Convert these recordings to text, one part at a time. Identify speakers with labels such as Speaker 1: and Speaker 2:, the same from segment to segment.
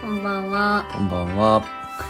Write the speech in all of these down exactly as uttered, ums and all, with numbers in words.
Speaker 1: こんばんは。
Speaker 2: こんばんは。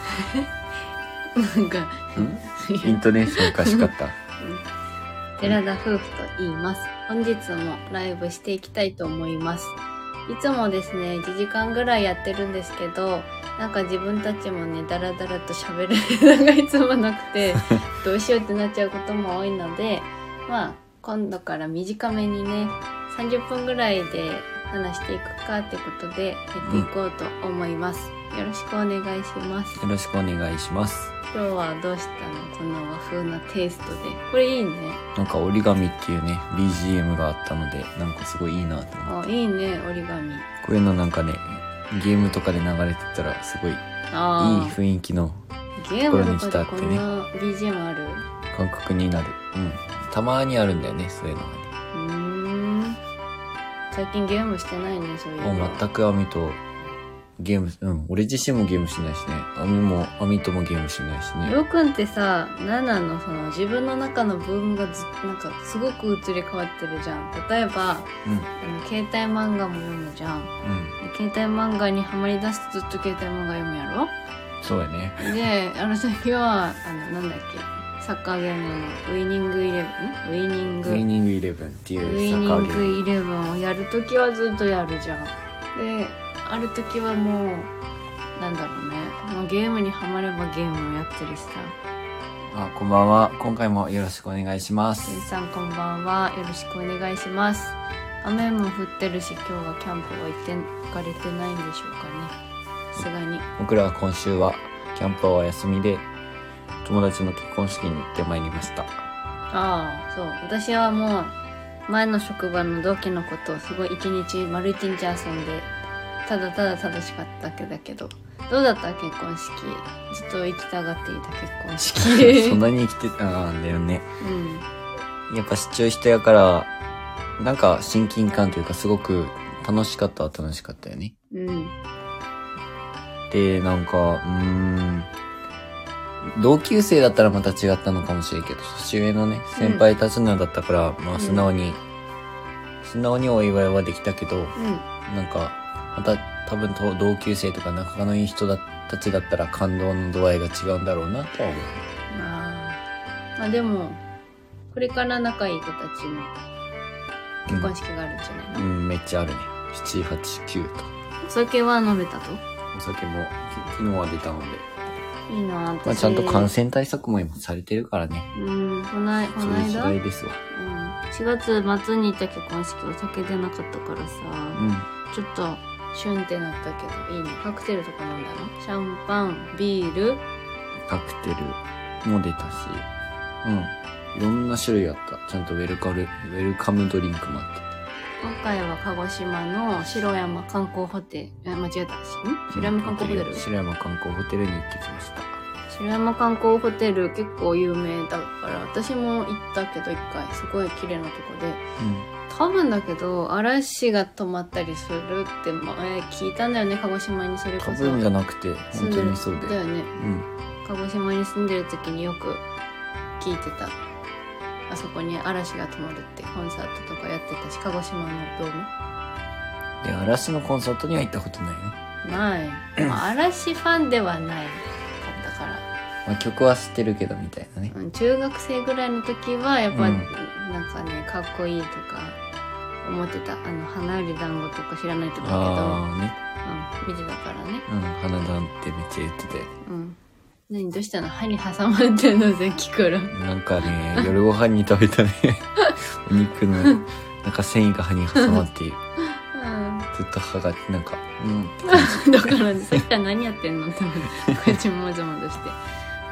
Speaker 1: なんか、
Speaker 2: イントネーションおかしかった。
Speaker 1: 寺田夫婦と言います。本日もライブしていきたいと思います。いつもですね、いちじかんぐらいやってるんですけど、なんか自分たちもね、だらだらと喋るのがいつもなくて、どうしようってなっちゃうことも多いので、まあ、今度から短めにね、さんじゅっぷんぐらいで話していくかってことでやっていこうと思います。よろしくお願いします。
Speaker 2: よろしくお願いします。
Speaker 1: 今日はどうしたの？この和風なテイストで。これいいね。
Speaker 2: なんか折り紙っていうね ビージーエム があったので、なんかすごいいいなと思って。
Speaker 1: あ、いいね、折り紙。
Speaker 2: こういうのなんかね、ゲームとかで流れてたらすごいいい雰囲気のところに来たってね。
Speaker 1: ゲームとかでこんな ビージーエム ある？
Speaker 2: 感覚になる。うん。たまにあるんだよね、そういうのがね。
Speaker 1: うーん。最近ゲームしてないね、そういうの。
Speaker 2: もう全くアミとゲーム、うん。俺自身もゲームしないしね。アミも、アミともゲームしないしね。
Speaker 1: りょうくんってさ、ナナのその自分の中のブームがずなんかすごく移り変わってるじゃん。例えば、
Speaker 2: うん。
Speaker 1: あの携帯漫画も読むじゃん。
Speaker 2: うん。
Speaker 1: 携帯漫画にハマり出すとずっと携帯漫画読むやろ？
Speaker 2: そうやね。
Speaker 1: で、あの時は、あの、なんだっけ、サッカーゲームのウィニングイレブンウィニング。
Speaker 2: ウィニングイレブンっていう
Speaker 1: ウィニ
Speaker 2: サッカーゲーム。
Speaker 1: ングイレブンをやるときはずっとやるじゃん。で、あるときはもう、なんだろうね。まあ、ゲームにハマればゲームをやってるしさ。
Speaker 2: あ、こんばんは。今回もよろしくお願いします。
Speaker 1: ケンさんこんばんは。よろしくお願いします。雨も降ってるし、今日はキャンプは行って行かれてないんでしょうかね。さすがに。
Speaker 2: 僕らは今週はキャンプはお休みで、友達の結婚式に行ってまいりました。
Speaker 1: ああ、そう。私はもう、前の職場の同期の子とすごい一日、丸一日遊んで、ただただ楽しかったわけだけど、どうだった結婚式？ずっと行きたがっていた結婚式。
Speaker 2: そんなに生きてたんだよね。
Speaker 1: うん。
Speaker 2: やっぱ出張したやから、なんか親近感というかすごく楽しかったは楽しかったよね。
Speaker 1: うん。
Speaker 2: で、なんか、うーん、同級生だったらまた違ったのかもしれんけど、年上のね、先輩たちのだったから、うん、まあ素直に、うん、素直にお祝いはできたけど、うん、なんか、また多分同級生とか仲のいい人たちだったら感動の度合いが違うんだろうなとは思う。
Speaker 1: まあ、まあでも、これから仲いい子たちの結婚式があるんじゃないの？うん、
Speaker 2: うん、めっちゃあるね。なな、はち、きゅうと。
Speaker 1: お酒は飲めたと？
Speaker 2: お酒も昨日は出たので。
Speaker 1: いいなぁ。
Speaker 2: まあちゃんと感染対策も今されてるからね。
Speaker 1: うん、こない、こないだ。
Speaker 2: そういう時代ですわ。
Speaker 1: うん。しがつまつに行った結婚式お酒出なかったからさ、うん、ちょっとシュンってなったけど、いいね。カクテルとか飲んだの？シャンパン、ビール？
Speaker 2: カクテルも出たし、うん。いろんな種類あった。ちゃんとウェルカム、ウェルカムドリンクもあって。
Speaker 1: 今回は鹿児島の白山観光ホテル、間違えたし、ん白山観光ホテル、
Speaker 2: 白山観光ホテルに行ってきました。
Speaker 1: 白山観光ホテル結構有名だから、私も行ったけど一回、すごい綺麗なとこで、うん、多分だけど、嵐が止まったりするって前聞いたんだよね、鹿児島にそれこそ。
Speaker 2: 多分じゃなくて、本当にそうで。
Speaker 1: だよね。うん。鹿児島に住んでる時によく聞いてた。あそこに嵐が止まるってコンサートとかやってたし、鹿児島のドーム
Speaker 2: で、嵐のコンサートには行ったことないね。
Speaker 1: ない。まあ、嵐ファンではないかったから。
Speaker 2: まあ、曲は知ってるけどみたいなね。
Speaker 1: うん、中学生ぐらいの時はやっぱ、うん、なんかね、かっこいいとか思ってた。あの、花より団子とか知らないと思うけど。
Speaker 2: ああね。
Speaker 1: うん、見てたからね。
Speaker 2: うん、花団ってめっちゃ言ってて。
Speaker 1: うん。何どうしたの？歯に挟まってんのさっきから。
Speaker 2: なんかね、夜ご飯に食べたね、お肉の、なんか繊維が歯に挟まっている。うん、ずっと歯が、なんか、うんって感じ。
Speaker 1: だからね、さっきから何やってんのって思って、こっちもぞもぞして。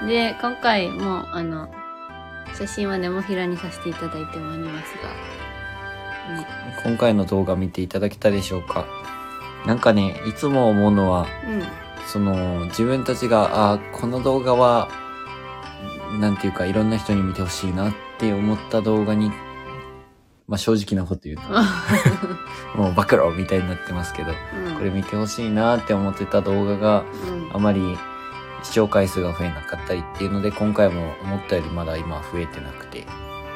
Speaker 1: で、今回も、あの、写真はネモフィラにさせていただいてもありますが、
Speaker 2: ね。今回の動画見ていただけたでしょうか？なんかね、いつも思うのは、うんその、自分たちが、あ、この動画は、なんていうか、いろんな人に見てほしいなって思った動画に、まあ、正直なこと言うと、もう暴露みたいになってますけど、うん、これ見てほしいなって思ってた動画が、うん、あまり視聴回数が増えなかったりっていうので、今回も思ったよりまだ今増えてなくて、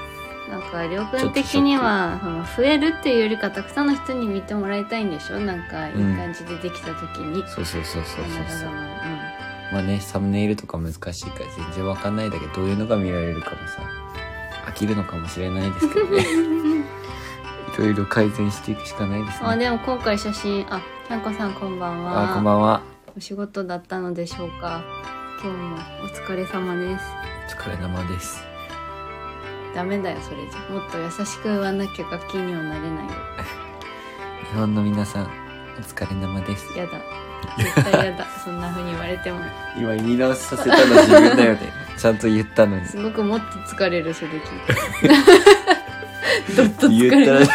Speaker 1: なんかりょうくん的にはその増えるっていうよりかたくさんの人に見てもらいたいんでしょ。なんかいい感じでできた時に、
Speaker 2: うん、そうそうそうそうそうそう、
Speaker 1: うん、
Speaker 2: まあね、サムネイルとか難しいから全然わかんないだけど、どういうのが見られるかもさ飽きるのかもしれないですけどねいろいろ改善していくしかないですね。
Speaker 1: あ、でも今回写真、あ、きゃんこさんこんばんは。
Speaker 2: あ、こんばんは。
Speaker 1: お仕事だったのでしょうか。今日もお疲れ様です。
Speaker 2: お疲れ様です。
Speaker 1: ダメだよそれじゃ。もっと優しく言わなきゃ楽器にはなれないよ
Speaker 2: 日本の皆さんお疲れ様です。
Speaker 1: やだ、絶対やだそんな風に言われても。
Speaker 2: 今言い直しさせたの自分だよねちゃんと言ったのに。
Speaker 1: すごくもっと疲れるそれ聞いてどっと疲れる。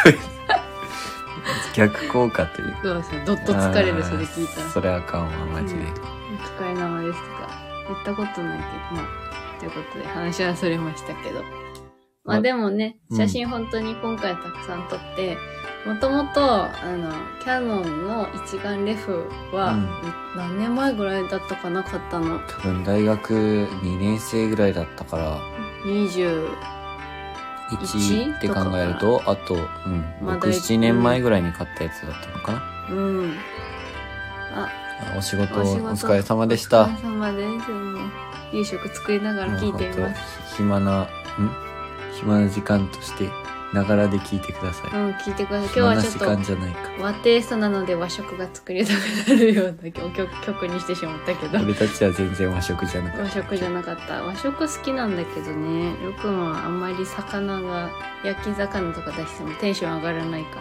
Speaker 2: 逆効果という。
Speaker 1: そうそう、どっと疲れるそれ聞いたら。
Speaker 2: それあかんわマジで、うん、
Speaker 1: お疲れ様ですとか言ったことないけど、まあということで話はそれましたけど、まあでもね、写真本当に今回たくさん撮って、もともとあのキヤノンの一眼レフは、うん、何年前ぐらいだったかな買ったの。
Speaker 2: 多分大学にねん生ぐらいだったから
Speaker 1: にじゅう
Speaker 2: いちって考えると、あと、うん、ろく、ななねんまえぐらいに買ったやつだったのかな。うん。あ、お仕事お疲れ様でした。
Speaker 1: お疲れ様です。もう夕食作りながら聞いています。
Speaker 2: 暇な、ん暇な時間としてながらで聞いてください。
Speaker 1: うん、聞いてください。今日はちょっと
Speaker 2: 暇な時間じゃないか。
Speaker 1: 和テイストなので和食が作りたくなるような曲、曲にしてしまったけど。
Speaker 2: 俺たちは全然和食じゃなかった。
Speaker 1: 和食じゃなかった。和食好きなんだけどね。りょうくんはあんまり魚が、焼き魚とか出してもテンション上がらないから。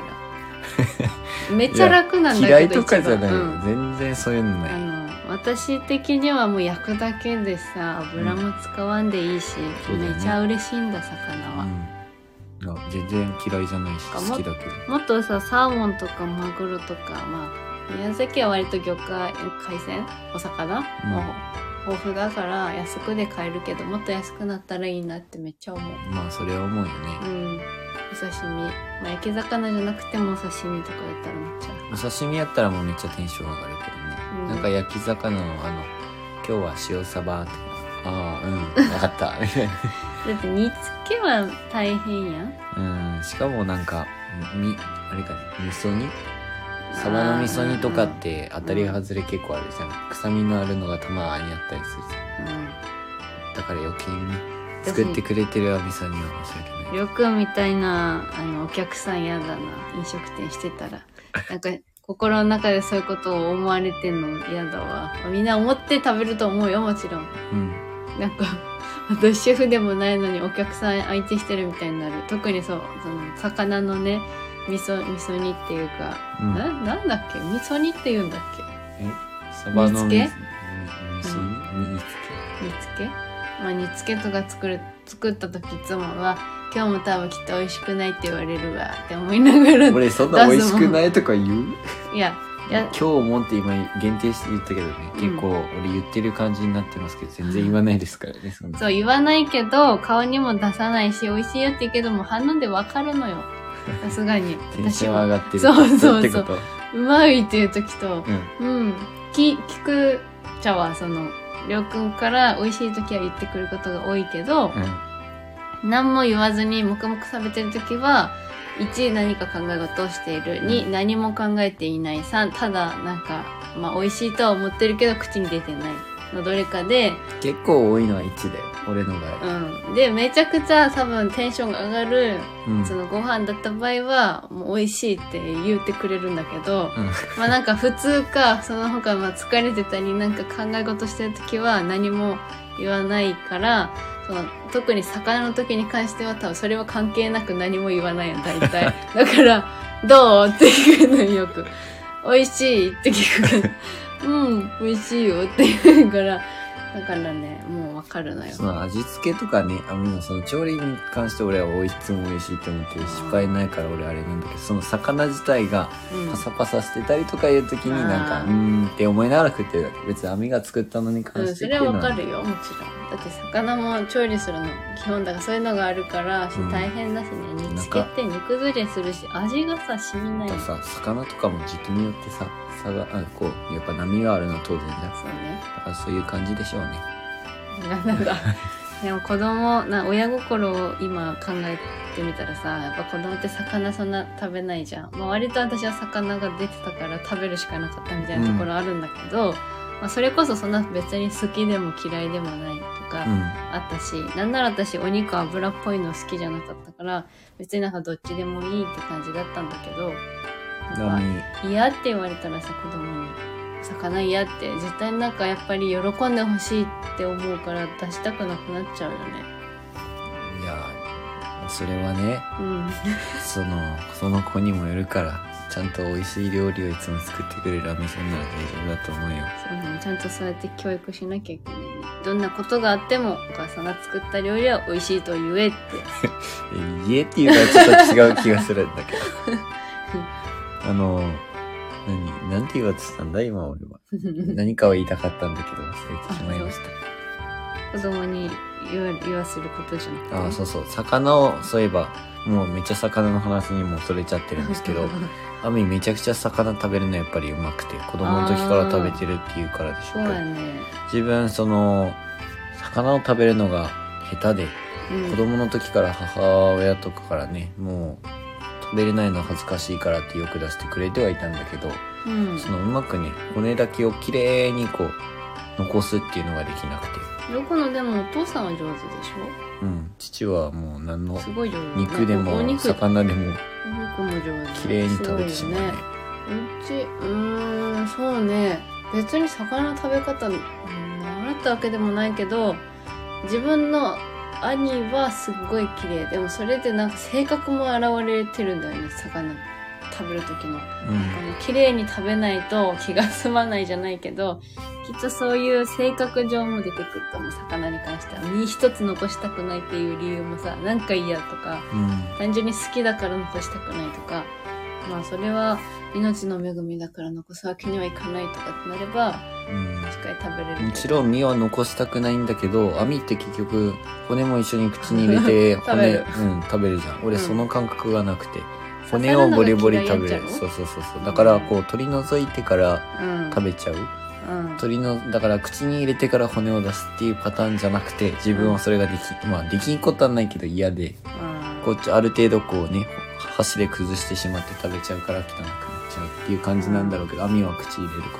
Speaker 1: めっちゃ楽なんだけど。
Speaker 2: 嫌いとかじゃない、うん、全然そういうのない。あの
Speaker 1: 私的にはもう焼くだけでさ、油も使わんでいいし、うんね、めちゃ嬉しいんだ魚は。
Speaker 2: うん、全然嫌いじゃないし好きだけど、
Speaker 1: もっとさサーモンとかマグロとか、まあ宮崎は割と魚介海鮮お魚、うん、もう豊富だから安くで買えるけど、もっと安くなったらいいなってめっちゃ思う。
Speaker 2: まあそれは思うよね。
Speaker 1: うん、お刺身、まあ、焼き魚じゃなくてもお刺身とかだったらめっちゃ、
Speaker 2: お刺身やったらもうめっちゃテンション上がるけどね、うん、なんか焼き魚のあの今日は塩サバって、ああうん分かったみたいな
Speaker 1: だって煮付けは大変やん。
Speaker 2: うん、しかもなんかみあれかね、味噌煮、サバの味噌煮とかって当たり外れ結構あるじゃん、うん、臭みのあるのがたまにあったりするじゃん、うん、だから余計にね作ってくれてる味噌煮は申し訳ない。り
Speaker 1: ょうくんみたいなあのお客さんやだな、飲食店してたらなんか心の中でそういうことを思われてんの嫌だわ。みんな思って食べると思うよもちろん、うん、なんか私シェフでもないのにお客さん相手してるみたいになる。特にそう、その魚のね味噌味噌煮っていうか、うん、ななんだっけ、味噌煮って言うんだっけ。
Speaker 2: え、サバの煮付け、
Speaker 1: 味噌煮、煮付け、煮付け、まあ煮付けとか作る作った時いつもは今日も多分きっと美味しくないって言われるわって思いながら。
Speaker 2: 俺そんな美味しくないとか言う？
Speaker 1: いや。いや
Speaker 2: 今日もって今限定して言ったけどね、うん、結構俺言ってる感じになってますけど全然言わないですからね。そんな
Speaker 1: そう言わないけど顔にも出さないし美味しいよって言うけども反応で分かるのよさすがに。
Speaker 2: テンション上がってる
Speaker 1: そうそうそう、うまいっていう時と、うん、うん、き聞くちゃはそのりょうくんから美味しい時は言ってくることが多いけど、うん、何も言わずに黙々食べてる時はいち何か考え事をしている、に何も考えていない、さんただなんかまあ美味しいとは思ってるけど口に出てないのどれかで。
Speaker 2: 結構多いのはいちだよ俺の場
Speaker 1: 合。うんでめちゃくちゃ多分テンションが上がる、うん、そのご飯だった場合はもう美味しいって言ってくれるんだけど、うん、まあなんか普通かその他まあ疲れてたりなんか考え事してる時は何も言わないから、その特に魚の時に関しては多分それは関係なく何も言わないよ大体だからどうって聞くのよく。美味しいって聞くからうん美味しいよって言うからだからねもうわかるのよ。
Speaker 2: その味付けとかね、あのその調理に関して俺はおいしいも美味しいって思って失敗ないから俺あれなんだけど、その魚自体がパサパサしてたりとかいう時になんか、うん、うーんって思いながら食ってるだけ。別に網が作ったのに関してっていうのは、
Speaker 1: うん、それはわかるよもちろん。だって魚も調理するの基本だからそういうのがあるからし、うん、大変だしね。煮付けって煮崩れするし味がさ染みない。
Speaker 2: ださ魚とかも時期によってさ差があこうやっぱ波があるのは当然だ。
Speaker 1: そうね。
Speaker 2: だからそういう感じでしょうね。
Speaker 1: なんだでも子供な親心を今考えってみたらさ、やっぱ子供って魚そんな食べないじゃん。まあ割と私は魚が出てたから食べるしかなかったみたいなところあるんだけど、うん、まあそれこそそんな別に好きでも嫌いでもないとかあったし、うん、なんなら私お肉油っぽいの好きじゃなかったから、別になんかどっちでもいいって感じだったんだけど、なんか嫌って言われたらさ、子供に魚嫌って絶対なんかやっぱり喜んでほしいって思うから出したくなくなっちゃうよね。
Speaker 2: いやそれはね、うん、そのその子にもよるから、ちゃんと美味しい料理をいつも作ってくれるアミさんなら大丈夫だと思うよ。そうね、ちゃんとそうやって教育しなきゃいけないね。どんなことがあってもお母さんが作った料理は美味しいと言えって言えっていうのはちょっと違う気がするんだけどあの何なんて言おうとしたんだ今俺は何かは言いたかったんだけど忘れてしまいました。
Speaker 1: 子供に言わ言わせることじゃなくて、
Speaker 2: ああそうそう、魚をそういえばもうめっちゃ魚の話にもそれちゃってるんですけどアミめちゃくちゃ魚食べるのやっぱりうまくて、子供の時から食べてるっていうからでしょうか。
Speaker 1: そうやね。
Speaker 2: 自分その魚を食べるのが下手で、うん、子供の時から母親とかからね、もう食べれないのは恥ずかしいからってよく出してくれてはいたんだけど、うん、そのうまくね骨だけをきれいにこう残すっていうのができなくて。
Speaker 1: よくのでもお父さんは上手でし
Speaker 2: ょ。うん、父はもう何の
Speaker 1: すごい上手。
Speaker 2: 肉でも魚でも
Speaker 1: お肉も上手。
Speaker 2: きれいに食べてしまうね。
Speaker 1: ね、うちうーんそうね、別に魚の食べ方、うん、習ったわけでもないけど、自分の兄はすっごい綺麗。でもそれでなんか性格も現れてるんだよね、魚食べる時の。うん、綺麗に食べないと気が済まないじゃないけど、きっとそういう性格上も出てくると思う。魚に関しては身一つ残したくないっていう理由もさ、なんか嫌とか、うん、単純に好きだから残したくないとか、まあそれは命の恵みだから残すわけにはいかないとかってなれば、うん、しっかり食べれる。
Speaker 2: もちろん身は残したくないんだけど、網って結局骨も一緒に口に入れて骨うん食べるじゃん。俺その感覚がなくて、うん、骨をボリボリ食べる。そうそうそうそう。だからこう取り除いてから食べちゃう。うん、鳥のだから口に入れてから骨を出すっていうパターンじゃなくて、自分はそれができ、まあできんことはないけど嫌で、うん、こっちある程度こうね箸で崩してしまって食べちゃうから汚くなっちゃうっていう感じなんだろうけど、うん、網は口入れるから、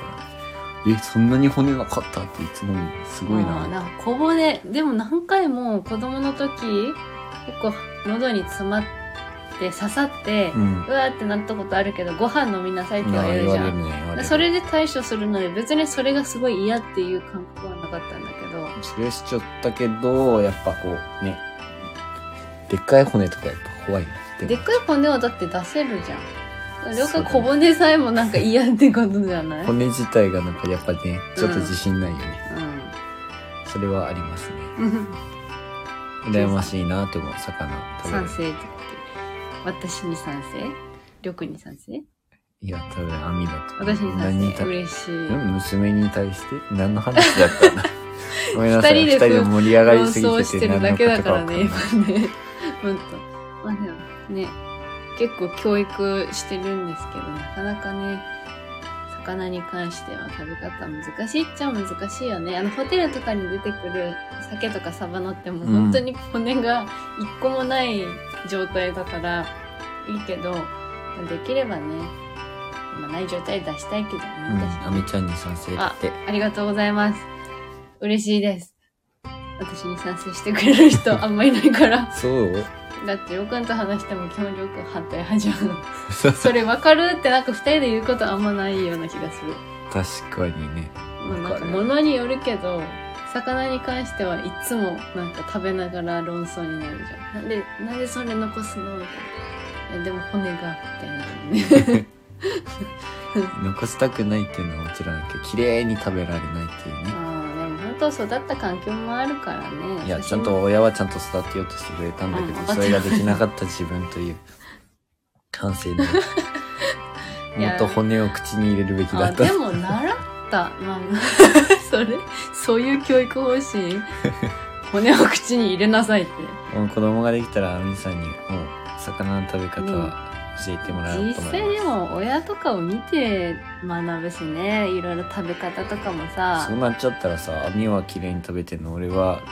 Speaker 2: えそんなに骨なかったっていつもすごいな。
Speaker 1: なんか小骨でも何回も子供の時結構喉に詰まってで刺さって、うん、うわーってなったことあるけど、ご飯飲みなさいって言われるじゃん。ね、それで対処するので別にそれがすごい嫌っていう感覚はなかったんだけど、
Speaker 2: それしちゃったけどやっぱこうね、でっかい骨とかやっぱ怖い
Speaker 1: な。でっかい骨はだって出せるじゃん。了解、小骨さえもなんか嫌ってことじゃない？
Speaker 2: 骨自体がなんかやっぱねちょっと自信ないよね。うん、うん、それはありますね。羨ましいなって思う。魚食べる。
Speaker 1: 賛成って私に賛成？りょうくんに賛成？
Speaker 2: いや、多分網だと。
Speaker 1: 私に賛成。嬉しい。
Speaker 2: 娘に対して何の話だったんだごめんなさい。二人で盛り上がりすぎてて
Speaker 1: してるだけだからね、今ね。ほんと。まあでもね、結構教育してるんですけど、なかなかね、魚に関しては食べ方難しいっちゃ難しいよね。あのホテルとかに出てくる鮭とかサバのってもう本当に骨が一個もない状態だからいいけど、できればね、まあ、ない状態で出したいけどね。
Speaker 2: あみちゃんに賛成って。
Speaker 1: あ、ありがとうございます。嬉しいです。私に賛成してくれる人あんまいないから。
Speaker 2: そう
Speaker 1: だってりょうくんと話しても基本りょうくん反対派じゃん。それ分かるってなんか二人で言うことあんまないような気がする。
Speaker 2: 確かにね。
Speaker 1: まあなんか物によるけど、魚に関してはいつもなんか食べながら論争になるじゃん。なんで、なんでそれ残すのみたいな。え、でも骨が、みたいなね。
Speaker 2: 残したくないっていうのはもちろんだけど、綺麗に食べられないっていうね。
Speaker 1: ああ、でも本当育った環境もあるからね。
Speaker 2: いや、ちゃんと親はちゃんと育てようとしてくれたんだけど、うん、それができなかった自分という反省で。もっと骨を口に入れるべきだった。
Speaker 1: あ、でも習った。まあ、それそういう教育方針骨を口に入れなさいって。
Speaker 2: もう子供ができたらあみさんにもう魚の食べ方は教えてもらおうと思います。
Speaker 1: 実際でも親とかを見て学ぶしね、いろいろ食べ方とかもさ。
Speaker 2: そうなっちゃったらさ、あみは綺麗に食べてんの、俺は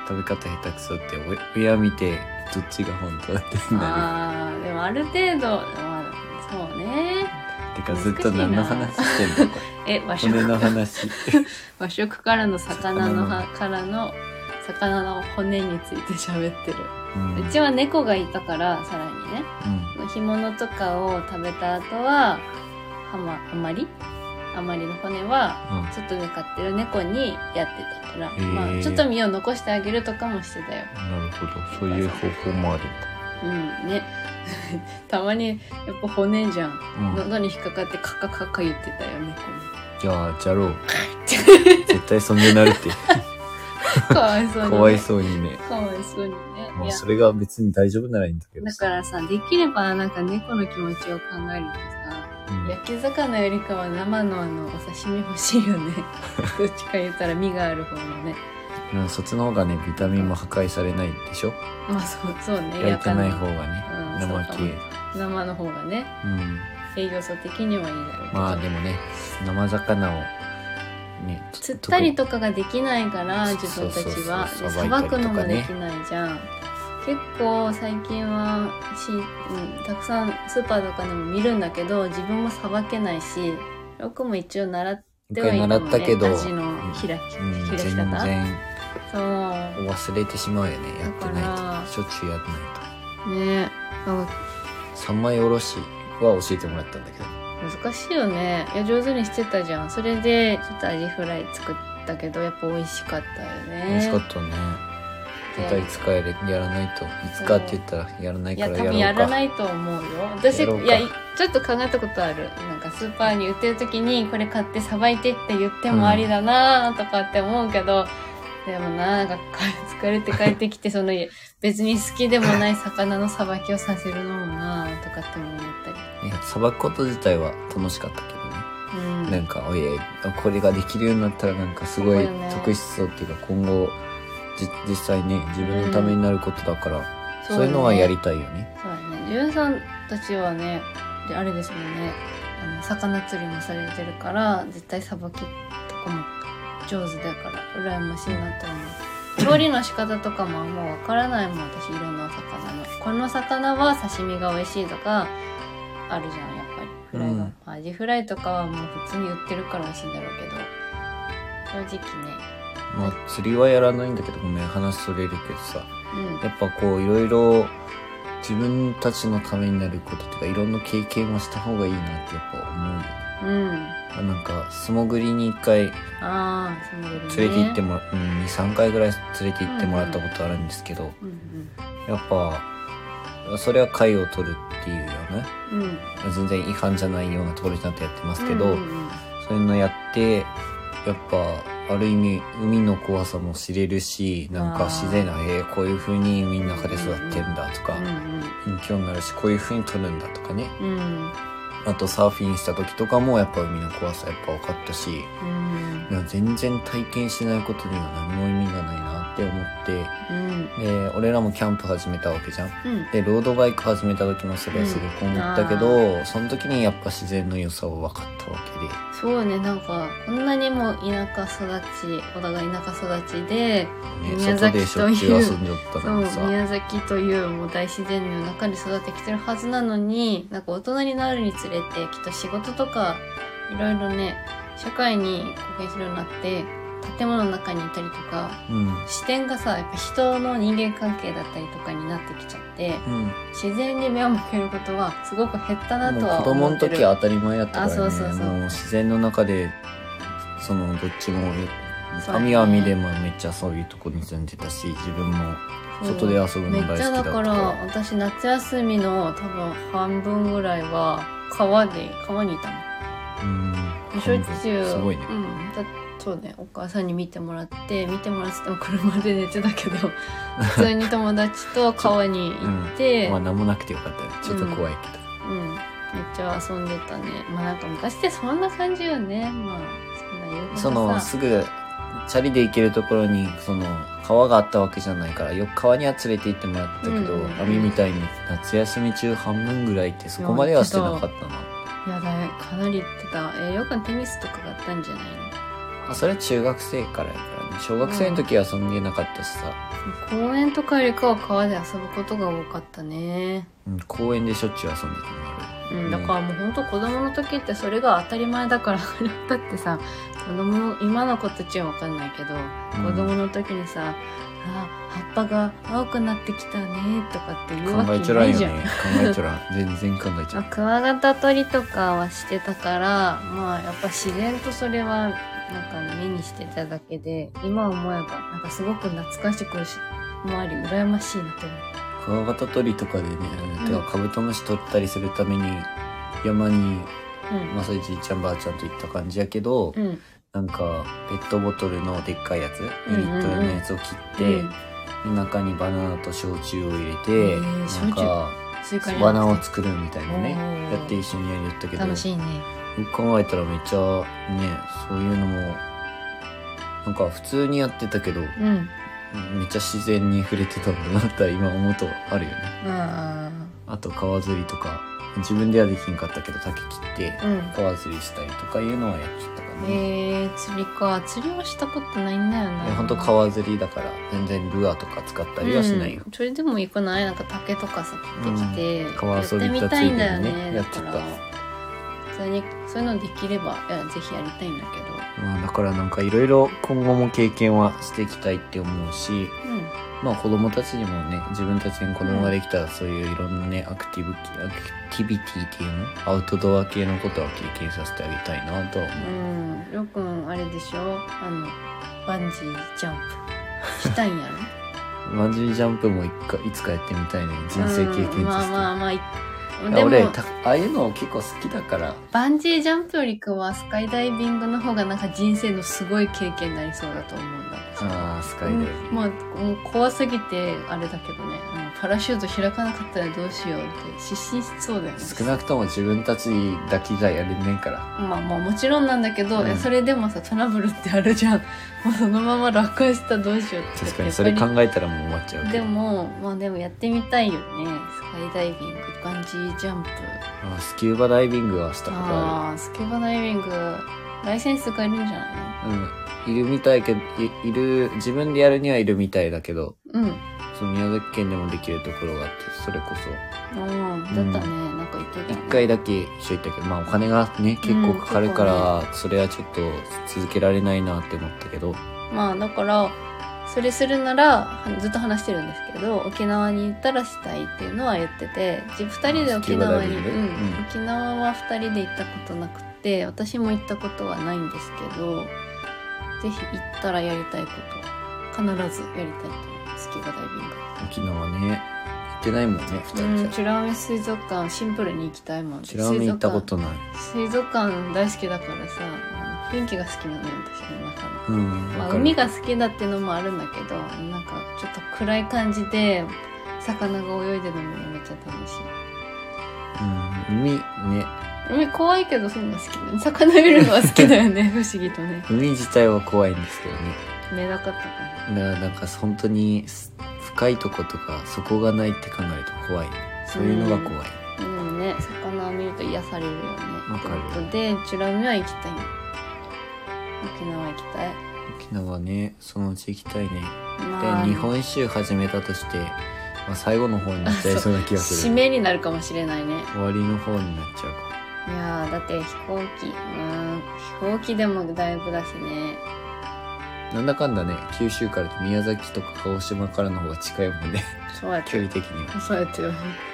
Speaker 2: 食べ方下手くそって親見てどっちが本当だってなる。
Speaker 1: あーでもある程度、まあ、そうね。
Speaker 2: てかずっと何の話してんのこれ。
Speaker 1: え和食
Speaker 2: 骨の話。
Speaker 1: 和食からの魚のはからの魚の骨について喋ってる、うん、うちは猫がいたからさらにね、うん、干物とかを食べた後ははまあまりあまりの骨は外で飼ってる猫にやってたから、うんまあ、ちょっと身を残してあげるとかもしてたよ。
Speaker 2: なるほど、そういう方法もあるんだ。
Speaker 1: うんねたまにやっぱ骨じゃん、うん、喉に引っかかってカカカカ言ってたよ猫に。
Speaker 2: いやーじゃろう絶対そんななるって
Speaker 1: かわいそうにね。
Speaker 2: かわいそうにね。
Speaker 1: かわいそうにね。
Speaker 2: まあそれが別に大丈夫ならいいんだけど。
Speaker 1: だからさ、できればなんか猫の気持ちを考えるとさ、うん、焼き魚よりかは生のあのお刺身欲しいよね。どっちか言ったら身がある方のね。
Speaker 2: うん、そっちの方がねビタミンも破壊されないでしょ。
Speaker 1: まあそうそうね。
Speaker 2: 焼いてない方がね、うん、生系。
Speaker 1: 生の方がね。うん。栄養素的にはいいだろうけど。
Speaker 2: まあでもね、生魚をね、
Speaker 1: 釣ったりとかができないから自分たちはさばくのもできないじゃん。結構最近はし、うん、たくさんスーパーとかでも見るんだけど自分もさばけないし、僕も一応習ってはいるのね。
Speaker 2: 習ったけど
Speaker 1: 味の開き、うん、開き方。全
Speaker 2: 然
Speaker 1: そう
Speaker 2: 忘れてしまうよね。やってないとしょっちゅうやってない
Speaker 1: とね。
Speaker 2: 三枚おろしは教えてもらったんだけど
Speaker 1: 難しいよね。いや上手にしてたじゃん。それでちょっとアジフライ作ったけどやっぱ美味しかったよね。
Speaker 2: 美味しかったね。絶対使えるやらないといつかって言ったらやらないからやろうか。いや多分
Speaker 1: やらないと思うよ。私いやちょっと考えたことある。なんかスーパーに売ってる時にこれ買ってさばいてって言ってもありだなとかって思うけど、うん、でもななんか疲れて帰ってきてその別に好きでもない魚のさばきをさせるのもなとかっても思ったり。
Speaker 2: いやさばくこと自体は楽しかったけどね。うん、なんかおいこれができるようになったらなんかすごい得しそうっていうか今後実際ね自分のためになることだから、うん、そういうのはやりたいよね。
Speaker 1: そうだね。ジュンさんたちはねあれですもんね。あの魚釣りもされてるから絶対さばきとかも上手だから羨ましいなと思う。調理の仕方とかももうわからないもん私いろんな魚のこの魚は刺身が美味しいとかあるじゃんやっぱりフライが、うん、アジフライとかはもう普通に売ってるから美味しいんだろうけど正直ね
Speaker 2: まあ釣りはやらないんだけどごめん話それるけどさ、うん、やっぱこういろいろ自分たちのためになることとかいろんな経験をした方がいいなってやっぱ思うよね。うん、なんか素潜りに一回
Speaker 1: あ
Speaker 2: 連れて行ってもら、うん、にさんかいぐらい連れて行ってもらったことあるんですけど、うんうん、やっぱそれは貝を取るっていうよね、うん、全然違反じゃないようなところでちゃんとやってますけど、うんうんうん、そういうのやってやっぱある意味海の怖さも知れるしなんか自然なえー、こういう風に海の中で育ってるんだとか、うんうん、勉強になるしこういう風に取るんだとかね、うん、あとサーフィンした時とかもやっぱ海の怖さやっぱ分かったし、うん、いや全然体験しないことには何も意味がないなって思って、うん、で俺らもキャンプ始めたわけじゃん、うん、でロードバイク始めた時もそれはすごく思ったけど、うん、その時にやっぱ自然の良さを分かったわけで
Speaker 1: そうねなんかこんなにも田舎育ちお互い田舎育ちで、ね、宮崎というそう宮崎というもう大自然の中で育ってきてるはずなのになんか大人になるにつれてきっと仕事とかいろいろね社会に貢献するようになって建物の中にいたりとか、うん、視点がさやっぱ人の人間関係だったりとかになってきちゃって、うん、自然に目を向けることはすごく減ったなとは思ってる。もう子
Speaker 2: 供の時は当たり前だったからね。
Speaker 1: あそうそうそう
Speaker 2: もう自然の中でそのどっちも網は網でもめっちゃそういうとこに住んでたし自分も外で遊ぶの大好きだったから。めっちゃだから
Speaker 1: 私夏休みの多分半分ぐらいは川で川にいたの。うんしょっちゅう
Speaker 2: すごいね。
Speaker 1: うんだそうね、お母さんに見てもらって見てもらってても車で寝てたけど普通に友達と川に行って、
Speaker 2: うん、まあ何もなくてよかったねちょっと怖いけ
Speaker 1: ど、うん、うん、めっちゃ遊んでたね。まあなんか昔ってそんな感じよね。まあそんな言う
Speaker 2: そのすぐチャリで行けるところにその川があったわけじゃないからよく川には連れて行ってもらったけど、うん、網みたいに夏休み中半分ぐらいってそこまではしてなかったな。
Speaker 1: いやだかなり行ってた。えー、よくテニスとかがあったんじゃないの？
Speaker 2: それは中学生からやからね。 小学生の時は遊んでなかったしさ、
Speaker 1: 公園とかよりかは川で遊ぶことが多かったね。
Speaker 2: うん、公園でしょっちゅう遊んでたのあ
Speaker 1: る、うん、だからもうほんと子供の時ってそれが当たり前だからだってさ、子供今の子たちは分かんないけど、うん、子供の時にさ、あ葉っぱが青くなってきたねとかって言うわけないじゃん。
Speaker 2: 考えちゃらんよね。考えちゃらん。全然考えちゃう。
Speaker 1: クワガタ取りとかはしてたから、まあやっぱ自然とそれはなんか目にしてただけで、今思えばなんかすごく懐かしくもあり羨ましいなと思う。
Speaker 2: クワガタ取りとかでね、うん、てかカブトムシ取ったりするために山に、うん、まあそれじいちゃんばあちゃんと行った感じやけど、うん、なんかペットボトルのでっかいやつ、にリットルのやつを切って、うん、中にバナナと焼酎を入れて、えー、なんかバナナを作るみたいなね、やって一緒にやりよったけど、
Speaker 1: 楽しいね。
Speaker 2: よく考えたらめっちゃね、そういうのもなんか普通にやってたけど、うん、めっちゃ自然に触れてたんだなって今思うとあるよね。あ, あと川釣りとか自分ではできんかったけど竹切って川釣りしたりとかいうのはやってたかな、ね。
Speaker 1: えー、釣りか。釣りはしたことないんだよね。
Speaker 2: ほんと川釣りだから全然ルアーとか使ったりはしないよ、
Speaker 1: うん、それでもいいかない。なんか竹とかさ切ってきて、うん、
Speaker 2: 川遊び行ったついでにねやっちゃった。
Speaker 1: 普通にそういうのできればいやぜひやりたいんだけど、
Speaker 2: まあ、だからなんかいろいろ今後も経験はしていきたいって思うし、うん、まあ子供たちにもね、自分たちに子供ができたらそういういろんなねアクティブアクティビティっていうのアウトドア系のことは経験させてあげたいなとは思う。
Speaker 1: うん、よくんあれでしょ、あのバンジージャンプしたいんやろ
Speaker 2: バンジージャンプもいかいつかやってみたいね、人生経験として。まあ
Speaker 1: まあまあ
Speaker 2: でも俺ああいうの結構好きだから。
Speaker 1: バンジージャンプよりかはスカイダイビングの方がなんか人生のすごい経験になりそうだと思うんだ。
Speaker 2: ああ、スカイダイビング、
Speaker 1: うん、まあもう怖すぎてあれだけどね、パラシュート開かなかったらどうしようって失神しそうだよね。
Speaker 2: 少なくとも自分たちだけじゃやれねえから。
Speaker 1: まあまあもちろんなんだけど、うん、それでもさトラブルってあるじゃん。もうそのまま落下したらどうしようって。
Speaker 2: 確かにそれ考えたらもう終わっちゃうけど。
Speaker 1: でもまあでもやってみたいよね。スカイダイビング、バンジージャンプ。
Speaker 2: ああ、スキューバダイビングはしたことある。
Speaker 1: ああ、スキューバダイビングライセンスがいるんじゃないの？
Speaker 2: うん、いるみたいけど い, いる自分でやるにはいるみたいだけど、うん、その宮崎県でもできるところがあって、それこそ。
Speaker 1: ああ、だったね、うん、なんか言ってたね。
Speaker 2: 一回だけ一緒行ったけど、まあお金がね結構かかるから、うんね、それはちょっと続けられないなって思ったけど。
Speaker 1: まあだからそれするならずっと話してるんですけど、沖縄に行ったらしたいっていうのは言ってて、二人で沖縄に、うんうん、沖縄は二人で行ったことなくて、私も行ったことはないんですけど、ぜひ行ったらやりたいこと、必ずやりたいと思う。スキューバダイビング。
Speaker 2: 沖縄ね、行ってないもんね、二人で。
Speaker 1: うん、美ら海水族館シンプルに行きたいもん。
Speaker 2: 美ら海行ったことない。
Speaker 1: 水族館大好きだからさ、雰囲気が好きなのよ、私の中の。うん、まあ、海が好きだっていうのもあるんだけど、なんかちょっと暗い感じで魚が泳いでるのもめっちゃ楽しい。
Speaker 2: うん、海ね。
Speaker 1: 海怖いけどそんな好きだね。魚見るのは好きだよね。不思議とね。
Speaker 2: 海自体は怖いんですけどね。
Speaker 1: メダカとかね。
Speaker 2: だからなんか本当に深いとことか底がないって考えると怖い。そういうのが怖い。
Speaker 1: うん、うんね、魚を見ると癒されるよね。わかる。ということで、美ら海は行きたい。沖縄行きたい。
Speaker 2: 沖縄ね、そのうち行きたいね。まあ、で日本一周始めたとして、まあ、最後の方になっちゃいそうな気がす
Speaker 1: る。締めになるかもしれないね。
Speaker 2: 終わりの方になっちゃうか。
Speaker 1: いやー、だって飛行機、うん、飛行機でもだいぶだしね。
Speaker 2: なんだかんだね、九州から宮崎とか鹿児島からの方が近いもんね。
Speaker 1: そうやって。
Speaker 2: 距離的には。
Speaker 1: そうやってよ。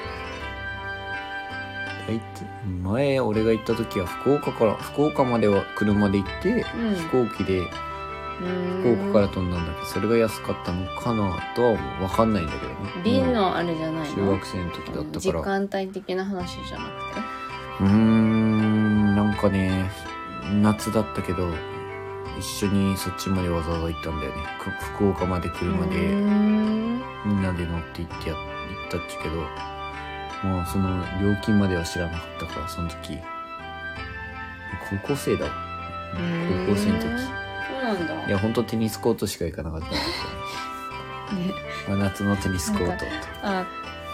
Speaker 2: 前俺が行った時は福岡から福岡までは車で行って、うん、飛行機で福岡から飛んだんだけど、それが安かったのかなとは分かんないんだけどね。
Speaker 1: 便のあれじゃないの？
Speaker 2: 中学生の時だったから。
Speaker 1: 時間帯的な話じゃなくて、
Speaker 2: うーん、なんかね、夏だったけど一緒にそっちまでわざわざ行ったんだよね。福岡まで車でみんなで乗って行ってや行ったっちけど、まあその料金までは知らなかったから、その時高校生だわ。高校生の時。
Speaker 1: そうなんだ。
Speaker 2: いや本当テニスコートしか行かなかったんだけどね。まあ、夏のテニスコートと。
Speaker 1: あ、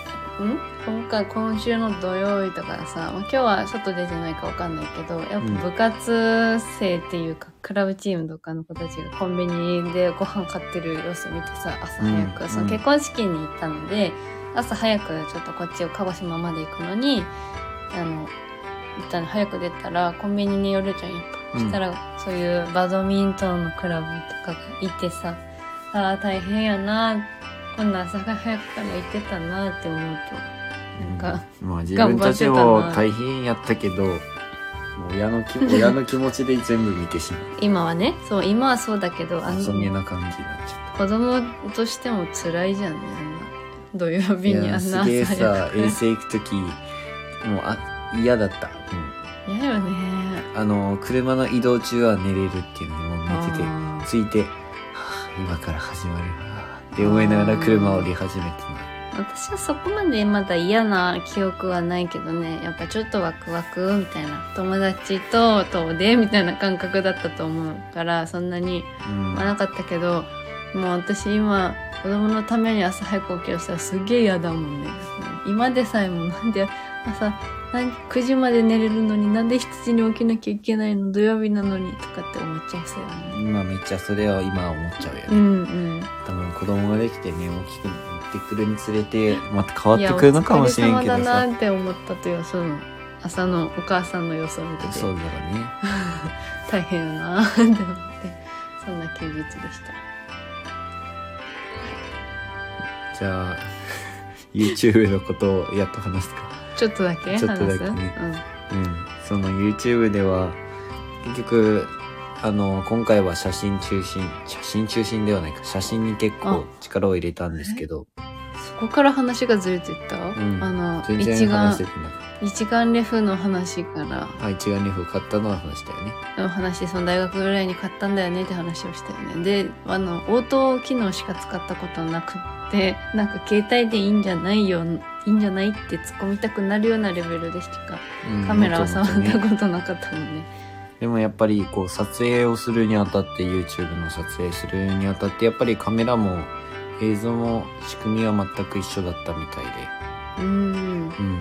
Speaker 1: ん今回今週の土曜日とかさ、まあ、今日は外出てないかわかんないけど、やっぱ部活生っていうか、うん、クラブチームとかの子たちがコンビニでご飯買ってる様子を見てさ、朝早く、うん、その結婚式に行ったので、朝早くちょっとこっちを鹿児島まで行くのに、あの、行ったの早く出たらコンビニに寄るじゃん、やっぱ。そしたら、そういうバドミントンのクラブとかがいてさ、ああ、大変やな、こんな朝が早くから行ってたなって思うと、なんか、
Speaker 2: うん、まあ自分たちも大変やったけど、もう親の気親の気持ちで全部見てしまう。
Speaker 1: 今はね、そう、今はそうだけど、
Speaker 2: あの、そげな感じになっちゃった。
Speaker 1: 子供としても辛いじゃんね、あんな。土曜日にあんな朝早く。
Speaker 2: すげえさ、遠征行くとき、もう、あ、嫌だった。
Speaker 1: うん。嫌よね。
Speaker 2: あの、車の移動中は寝れるっていうのにも寝てて、ついて、はぁ、今から始まるわ。って思いながら車を降り始めてね。
Speaker 1: 私はそこまでまだ嫌な記憶はないけどね、やっぱちょっとワクワクみたいな、友達と遠出みたいな感覚だったと思うから、そんなに、まあなかったけど、もう私今、子供のために朝早く起きる人はすげえ嫌だもんね。今でさえもなんで朝くじまで寝れるのになんでしちじに起きなきゃいけないの、土曜日なのにとかって思っちゃいそうよね。
Speaker 2: 今めっちゃそれは今思っちゃうよね。
Speaker 1: うんうん。
Speaker 2: 多分子供ができてね、大きくなってくるにつれてまた変わってくるのかもしれんけどさ。
Speaker 1: いや、お疲れ様だなって思ったとよ、その朝のお母さんの様子を見てて。
Speaker 2: そうだろうね。
Speaker 1: 大変やなって思って、そんな休日でした。
Speaker 2: じゃあ YouTube のことをやっと話すか。
Speaker 1: ちょっとだけ
Speaker 2: ちょっとだけね。うん。うん。その YouTube では結局あの今回は写真中心、写真中心ではないか、写真に結構力を入れたんですけど。
Speaker 1: そこから話がずれてった。うん、あの
Speaker 2: 全然話せてなかった。
Speaker 1: 一眼レフの話から。
Speaker 2: あ、一眼レフを買ったのは話したよね。
Speaker 1: の話、その大学ぐらいに買ったんだよねって話をしたよね。で、あのオート機能しか使ったことなくて、なんか携帯でいいんじゃないよ、いいんじゃないって突っ込みたくなるようなレベルでしか、うん、カメラを触ったことなかったのね。
Speaker 2: でもやっぱりこう撮影をするにあたって YouTube の撮影するにあたってやっぱりカメラも映像も仕組みは全く一緒だったみたいで、
Speaker 1: うん、うん、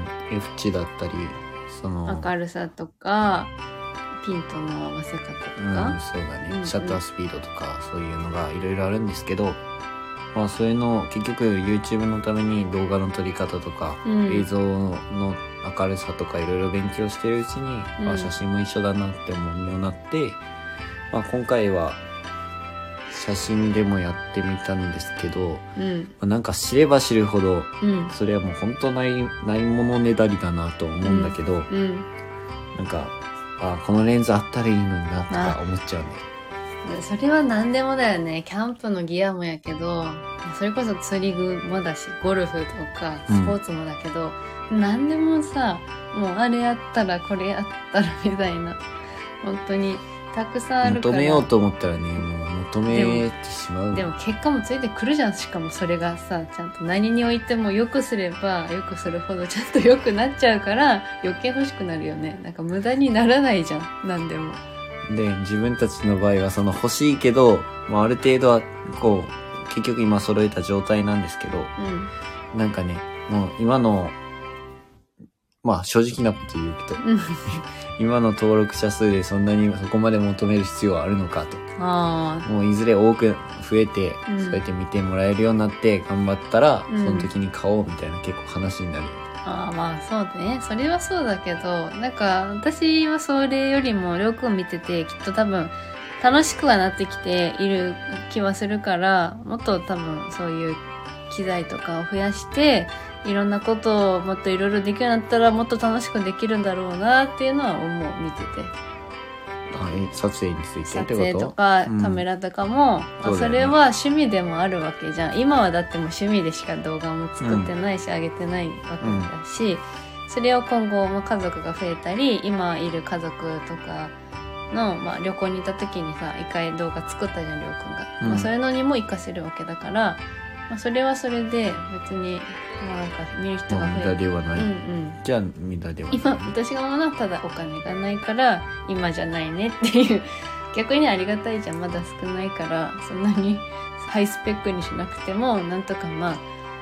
Speaker 2: F 値だったりその
Speaker 1: 明るさとかピントの合わせ方とか、
Speaker 2: うん、そうだね、うんうん、シャッタースピードとかそういうのがいろいろあるんですけど、まあそういうのを結局 YouTube のために動画の撮り方とか、うん、映像の明るさとかいろいろ勉強してるうちに、うん、あ、写真も一緒だなって思うようになって、まあ、今回は写真でもやってみたんですけど、
Speaker 1: うん
Speaker 2: まあ、なんか知れば知るほど、うん、それはもう本当ないないものねだりだなと思うんだけど、
Speaker 1: うんうん、
Speaker 2: なんかあこのレンズあったらいいのになとか思っちゃうね。
Speaker 1: それは何でもだよね。キャンプのギアもやけど、それこそ釣り具もだし、ゴルフとかスポーツもだけど、うん、何でもさ、もうあれやったらこれやったらみたいな、本当にたくさんあるから。
Speaker 2: 求めようと思ったらね、もう求めてしまう。
Speaker 1: でも、でも結果もついてくるじゃん。しかもそれがさ、ちゃんと何においても良くすれば良くするほどちゃんと良くなっちゃうから余計欲しくなるよね。なんか無駄にならないじゃん。何でも。
Speaker 2: で、自分たちの場合はその欲しいけど、まあ、ある程度はこう結局今揃えた状態なんですけど、
Speaker 1: うん、
Speaker 2: なんかね、もう今のまあ正直なこと言うけど今の登録者数でそんなにそこまで求める必要はあるのかと。
Speaker 1: あ
Speaker 2: もういずれ多く増えて、うん、そうやって見てもらえるようになって頑張ったら、うん、その時に買おうみたいな結構話になるよ。
Speaker 1: ああ、まあそうだね。それはそうだけど、なんか私はそれよりもりょうくん見ててきっと多分楽しくはなってきている気はするから、もっと多分そういう機材とかを増やしていろんなことをもっといろいろできるようになったらもっと楽しくできるんだろうなっていうのは思う、見てて。
Speaker 2: あ、え、撮影についてってこと？
Speaker 1: 撮影とかカメラとかも、うんまあ、それは趣味でもあるわけじゃん。今はだってもう趣味でしか動画も作ってないし、うん、上げてないわけだし、うん、それを今後も家族が増えたり、今いる家族とかの、まあ、旅行に行った時にさ、一回動画作ったじゃん、りょうくんが。うんまあ、そういうのにも活かせるわけだから、まあ、それはそれで別に、まあ、なんか見る人が増える。
Speaker 2: 無駄ではない。
Speaker 1: うんうん。
Speaker 2: じゃあ無駄ではない。
Speaker 1: 今、私が思うのはただお金がないから今じゃないねっていう。逆にありがたいじゃん。まだ少ないからそんなにハイスペックにしなくてもなんとかまあ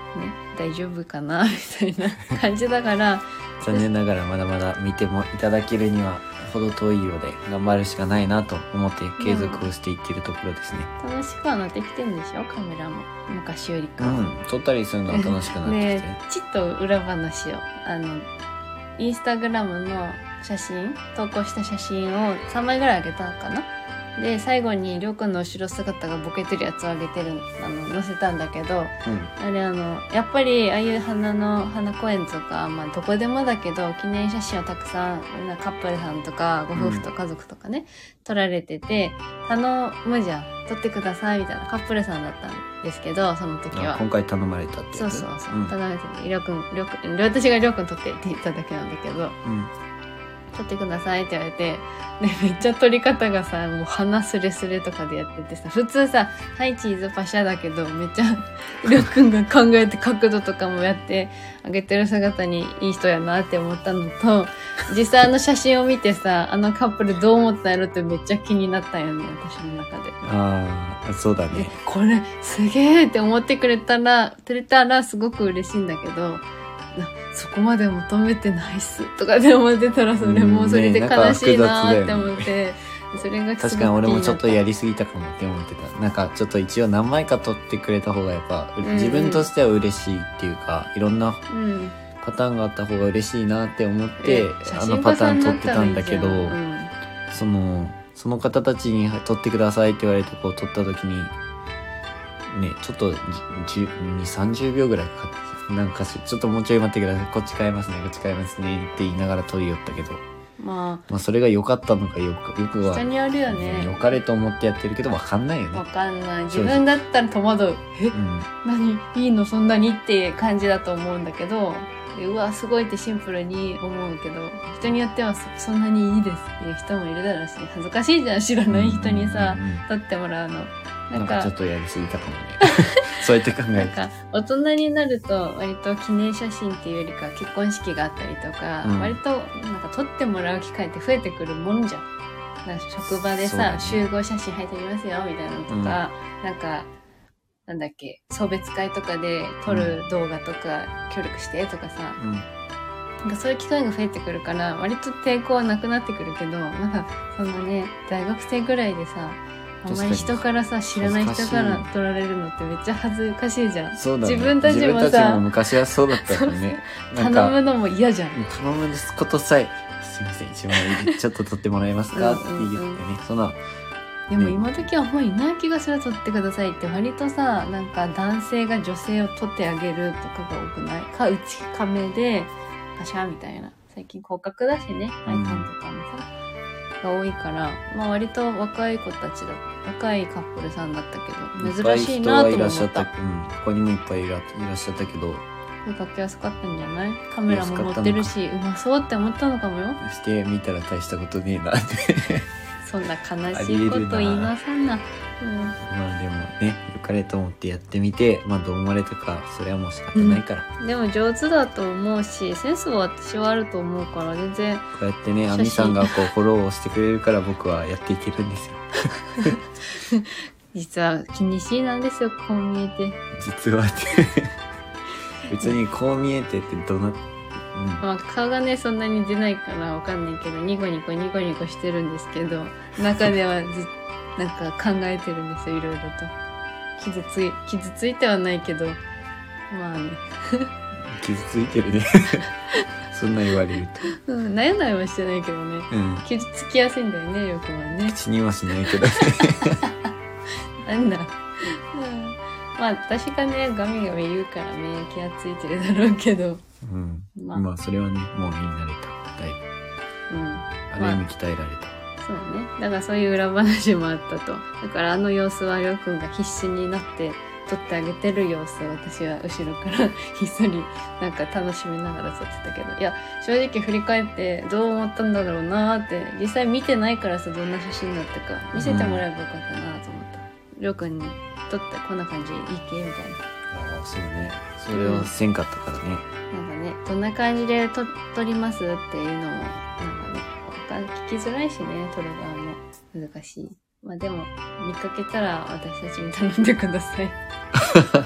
Speaker 1: 大丈夫かなみたいな感じだから
Speaker 2: 残念ながらまだまだ見てもいただけるにはほど遠いようで頑張るしかないなと思って継続をしていってるところですね、
Speaker 1: うん、楽しくはなってきてるんでしょカメラも昔よりか。
Speaker 2: うん撮ったりするのは楽しくなってきて
Speaker 1: でちっと裏話をあのインスタグラムの写真投稿した写真をさんまいぐらいあげたかな。で最後にりょうくんの後ろ姿がボケてるやつをあげてるあの載せたんだけど、うん、あれあのやっぱりああいう花の花公園とか、まあ、どこでもだけど記念写真をたくさんカップルさんとかご夫婦と家族とかね、うん、撮られてて頼むじゃん撮ってくださいみたいなカップルさんだったんですけどその時は
Speaker 2: 今回頼まれたって
Speaker 1: そうそうそう、うん、頼まれててりょうくんりょうくん私がりょうくん撮ってって言っただけなんだけど、うん撮ってくださいって言われて、でめっちゃ撮り方がさ、もう鼻スレスレとかでやっててさ、普通さ、はいチーズパシャだけど、めっちゃりょうくんが考えて角度とかもやってあげてる姿にいい人やなって思ったのと、実際あの写真を見てさ、あのカップルどう思ったんやろってめっちゃ気になったよね、私の中で。
Speaker 2: ああ、そうだね。
Speaker 1: これすげーって思ってくれたら、くれたらすごく嬉しいんだけど、そこまで求めてないっすとかって思ってたらそれもそれで悲しいなって思って、ね、それが
Speaker 2: 確かに俺もちょっとやりすぎたかもって思ってた。なんかちょっと一応何枚か撮ってくれた方がやっぱ、うん、自分としては嬉しいっていうかいろんなパターンがあった方が嬉しいなって思って、うん、あのパターン撮ってたんだけど、うん、そのその方たちに撮ってくださいって言われてこう撮った時にねちょっとじゅうに、さんじゅうびょうぐらいかかってなんかちょっともうちょい待ってくださいこっち変えますねこっち変えますねって言いながら撮り寄ったけど、
Speaker 1: まあ、
Speaker 2: まあそれが良かったのかよくよくは
Speaker 1: 人によるよね。
Speaker 2: 良かれと思ってやってるけど分かんないよね。
Speaker 1: 分かんない。自分だったら戸惑う。え、うん、何いいのそんなにって感じだと思うんだけど、うわすごいってシンプルに思うけど、人によっては そ, そんなにいいですっていう人もいるだろうし、恥ずかしいじゃん知らない人にさ、うんうんうん、撮ってもらうの。
Speaker 2: なんかちょっとやりすぎたかもね。そうやって考える。
Speaker 1: なんか大人になると割と記念写真っていうよりか結婚式があったりとか、うん、割となんか撮ってもらう機会って増えてくるもんじゃん。なんか職場でさ、ね、集合写真入ってみますよみたいなのとか、うん、なんかなんだっけ送別会とかで撮る動画とか協力してとかさ、うん、なんかそういう機会が増えてくるから割と抵抗はなくなってくるけど、なんかそんなね大学生ぐらいでさあんまり人からさ知らない人から撮られるのってめっちゃ恥ずかしいじゃん。
Speaker 2: そうだね。
Speaker 1: 自分たちもさ、
Speaker 2: 自分たちも昔はそうだったからね。
Speaker 1: 頼むのも嫌じゃん。
Speaker 2: 頼むことさえすいません一枚ちょっと撮ってもらえますかって言ってね、うんうん、そんな。
Speaker 1: でも今時はもういない気がする撮ってくださいって割とさなんか男性が女性を撮ってあげるとかが多くないか内カメでパシャみたいな最近広角だしね iPhone とかもさ。が多いから、まあ割と若い子たちだ、若いカップルさんだったけど、珍しいなと思った。いっぱい人はいらっしゃった。うん、
Speaker 2: 他にもいっぱいい ら, いらっしゃったけど、
Speaker 1: 声かけやすかったんじゃない？カメラも持ってるし、うまそうって思ったのかもよ。
Speaker 2: してみたら大したことねえなって。
Speaker 1: そんな悲しいこと言いなさんな。うん、
Speaker 2: まあでもね、良かれと思ってやってみて、まあどう思われたか、それはもう仕方ないから。
Speaker 1: うん、でも上手だと思うし、センスは私はあると思うから、全然。
Speaker 2: こうやってね、アミさんがこうフォローをしてくれるから僕はやっていけるんですよ。
Speaker 1: 実は気にしいなんですよ、こう見えて。
Speaker 2: 実はって。別にこう見えてってどな、うん、
Speaker 1: まあ顔がね、そんなに出ないからわかんないけど、ニコニコニコニコしてるんですけど、中ではずなんか考えてるんですよ、いろいろと。傷つい、傷ついてはないけど、まあね。
Speaker 2: 傷ついてるね。そんな言われる
Speaker 1: と。うん、悩んだりはしてないけどね。うん、傷つきやすいんだよね、よくはね。
Speaker 2: 口にはしないけどね。
Speaker 1: なんだ。うん、まあ私がね、ガミガミ言うからね、気がついてるだろうけど。
Speaker 2: うん。まあ、まあ、それはね、もういいになれた。だいぶ。うん。ある意味鍛えられた。まあ
Speaker 1: そうね。だからそういう裏話もあったと。だからあの様子はりょうくんが必死になって撮ってあげてる様子を私は後ろからひっそりなんか楽しみながら撮ってたけど。いや、正直振り返ってどう思ったんだろうなーって、実際見てないからさ、どんな写真だったか見せてもらえばよかったなと思った。りょうくんに撮ってこんな感じいいけみたいな。
Speaker 2: ああ、そうね。それをせんかったからね。
Speaker 1: うん、なんかね、どんな感じで撮撮りますっていうのも、なんかね、聞きづらいしね、撮る側も難しい。まあでも見かけたら私たちに頼んでください。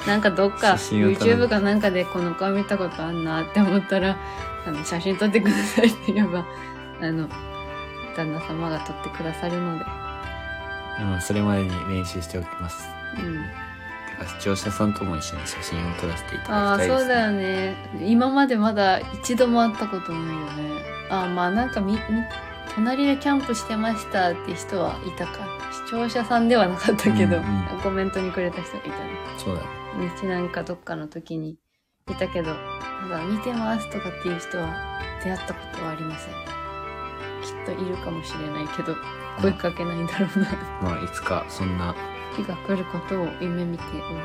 Speaker 1: なんかどっか
Speaker 2: 写真を撮る
Speaker 1: YouTube かなんかでこの顔見たことあんなって思ったら、あの写真撮ってくださいって言えば、あの、旦那様が撮ってくださるので。
Speaker 2: まあ、それまでに練習しておきます。
Speaker 1: うん。
Speaker 2: てか視聴者さんとも一緒に写真を撮らせていた
Speaker 1: ああ、
Speaker 2: だきたいです、ね。
Speaker 1: そうだよね。今までまだ一度も会ったことないよね。ああ、まあなんかみ、み、隣でキャンプしてましたって人はいたか。視聴者さんではなかったけど、
Speaker 2: うんうん
Speaker 1: コメントにくれた人がいたね。
Speaker 2: そうだね。
Speaker 1: 日なんかどっかの時にいたけど、ただ見てますとかっていう人は出会ったことはありません。きっといるかもしれないけど、声かけないんだろうな。
Speaker 2: まあ、いつかそんな
Speaker 1: 日が来ることを夢見ております。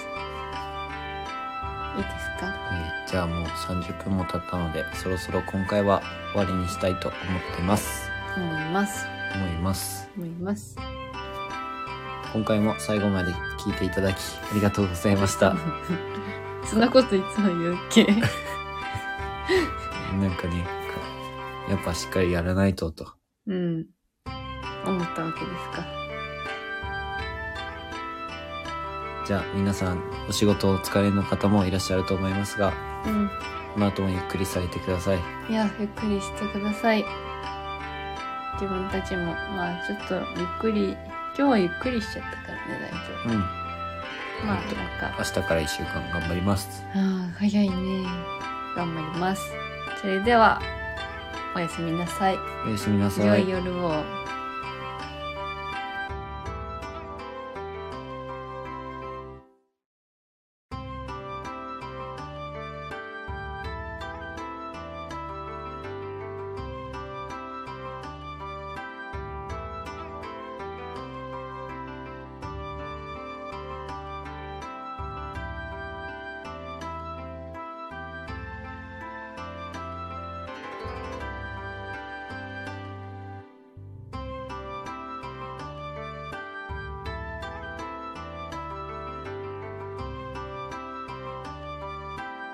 Speaker 1: いいですか？
Speaker 2: はい、じゃあもうさんじゅっぷんも経ったので、そろそろ今回は終わりにしたいと思ってます。
Speaker 1: 思います。
Speaker 2: 思います。
Speaker 1: 思います。
Speaker 2: 今回も最後まで聞いていただきありがとうございました。
Speaker 1: そんなこといつも言うっけ？
Speaker 2: なんかね、やっぱしっかりやらないとと。
Speaker 1: うん。思ったわけですか。
Speaker 2: じゃあ皆さんお仕事お疲れの方もいらっしゃると思いますが、
Speaker 1: うん。
Speaker 2: この後もゆっくりされてください。
Speaker 1: いや、ゆっくりしてください。自分たちも、まあちょっとゆっくり、今日はゆっくりしちゃったからね、大丈夫。
Speaker 2: うん。
Speaker 1: まあなんか、
Speaker 2: 明日からいっしゅうかん頑張ります。
Speaker 1: ああ、早いね。頑張ります。それでは、おやすみなさい。
Speaker 2: おやすみなさい。
Speaker 1: 良い夜を。